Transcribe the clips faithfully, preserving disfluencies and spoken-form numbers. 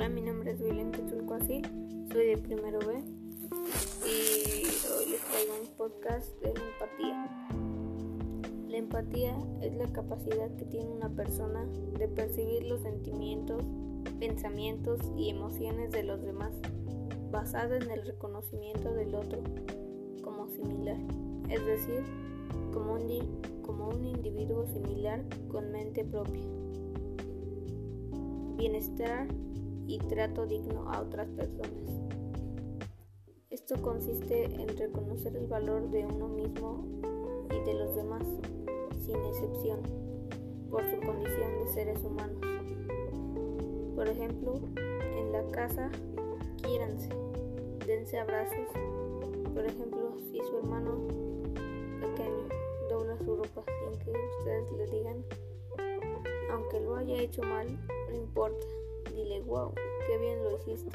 Hola, mi nombre es Belén Quetzalcoatl, soy de primero B y hoy les traigo un podcast de la empatía. La empatía es la capacidad que tiene una persona de percibir los sentimientos, pensamientos y emociones de los demás, basada en el reconocimiento del otro como similar, es decir, como un, di- como un individuo similar con mente propia, bienestar y trato digno a otras personas. Esto consiste en reconocer el valor de uno mismo y de los demás, sin excepción, por su condición de seres humanos. Por ejemplo, en la casa, quiéranse, dense abrazos. Por ejemplo, si su hermano pequeño dobla su ropa sin que ustedes le digan, aunque lo haya hecho mal, no importa, dile wow, qué bien lo hiciste.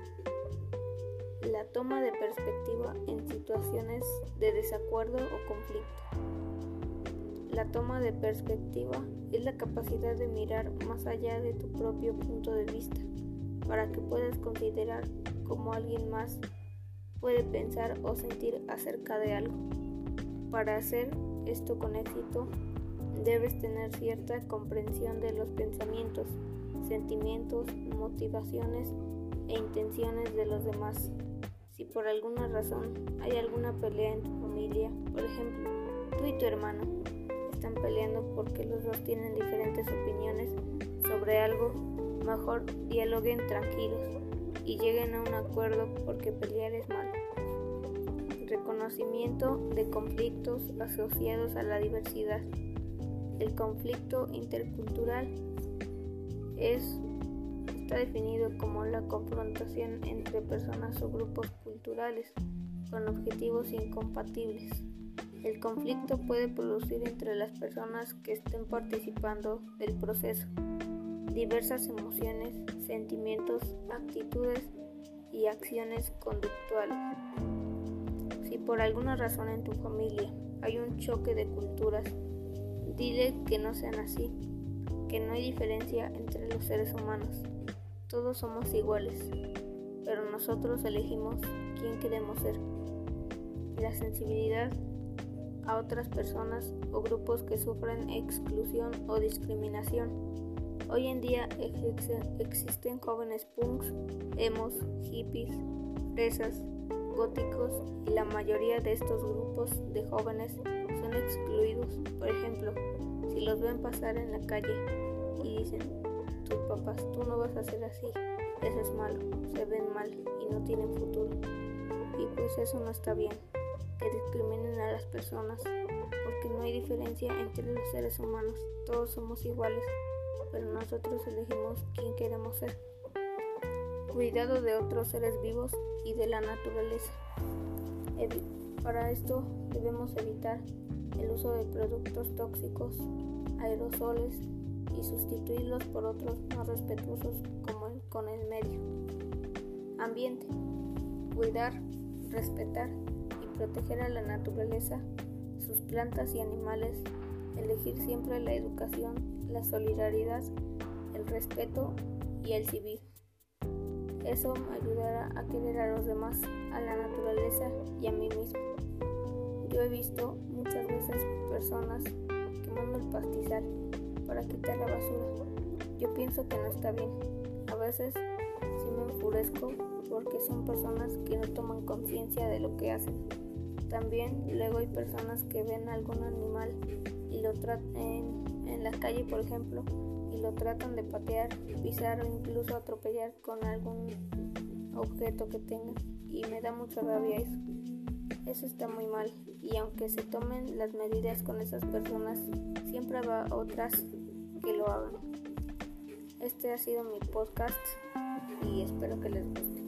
La toma de perspectiva en situaciones de desacuerdo o conflicto. La toma de perspectiva es la capacidad de mirar más allá de tu propio punto de vista para que puedas considerar cómo alguien más puede pensar o sentir acerca de algo. Para hacer esto con éxito, debes tener cierta comprensión de los pensamientos, sentimientos, motivaciones e intenciones de los demás. Si por alguna razón hay alguna pelea en tu familia, por ejemplo, tú y tu hermano están peleando porque los dos tienen diferentes opiniones sobre algo, mejor dialoguen tranquilos y lleguen a un acuerdo porque pelear es malo. Reconocimiento de conflictos asociados a la diversidad. El conflicto intercultural es, está definido como la confrontación entre personas o grupos culturales con objetivos incompatibles. El conflicto puede producir entre las personas que estén participando del proceso diversas emociones, sentimientos, actitudes y acciones conductuales. Si por alguna razón en tu familia hay un choque de culturas, dile que no sean así, que no hay diferencia entre los seres humanos. Todos somos iguales, pero nosotros elegimos quién queremos ser. La sensibilidad a otras personas o grupos que sufren exclusión o discriminación. Hoy en día existen jóvenes punks, emos, hippies, fresas, góticos y la mayoría de estos grupos de jóvenes son excluidos. Por ejemplo, si los ven pasar en la calle y dicen, tus papás, tú no vas a ser así, eso es malo, se ven mal y no tienen futuro. Y pues eso no está bien, que discriminen a las personas, porque no hay diferencia entre los seres humanos, todos somos iguales, pero nosotros elegimos quién queremos ser. Cuidado de otros seres vivos y de la naturaleza. Para esto debemos evitar el uso de productos tóxicos, aerosoles y sustituirlos por otros más respetuosos como el, con el medio ambiente. Cuidar, respetar y proteger a la naturaleza, sus plantas y animales. Elegir siempre la educación, la solidaridad, el respeto y el civismo. Eso me ayudará a querer a los demás, a la naturaleza y a mí mismo. Yo he visto muchas veces personas quemando el pastizal para quitar la basura. Yo pienso que no está bien. A veces sí me enfurezco porque son personas que no toman conciencia de lo que hacen. También luego hay personas que ven a algún animal y lo tratan en, en la calle, por ejemplo, y lo tratan de patear, pisar o incluso atropellar con algún objeto que tengan, y me da mucha rabia eso. Eso está muy mal, y aunque se tomen las medidas con esas personas, siempre habrá otras que lo hagan. Este ha sido mi podcast y espero que les guste.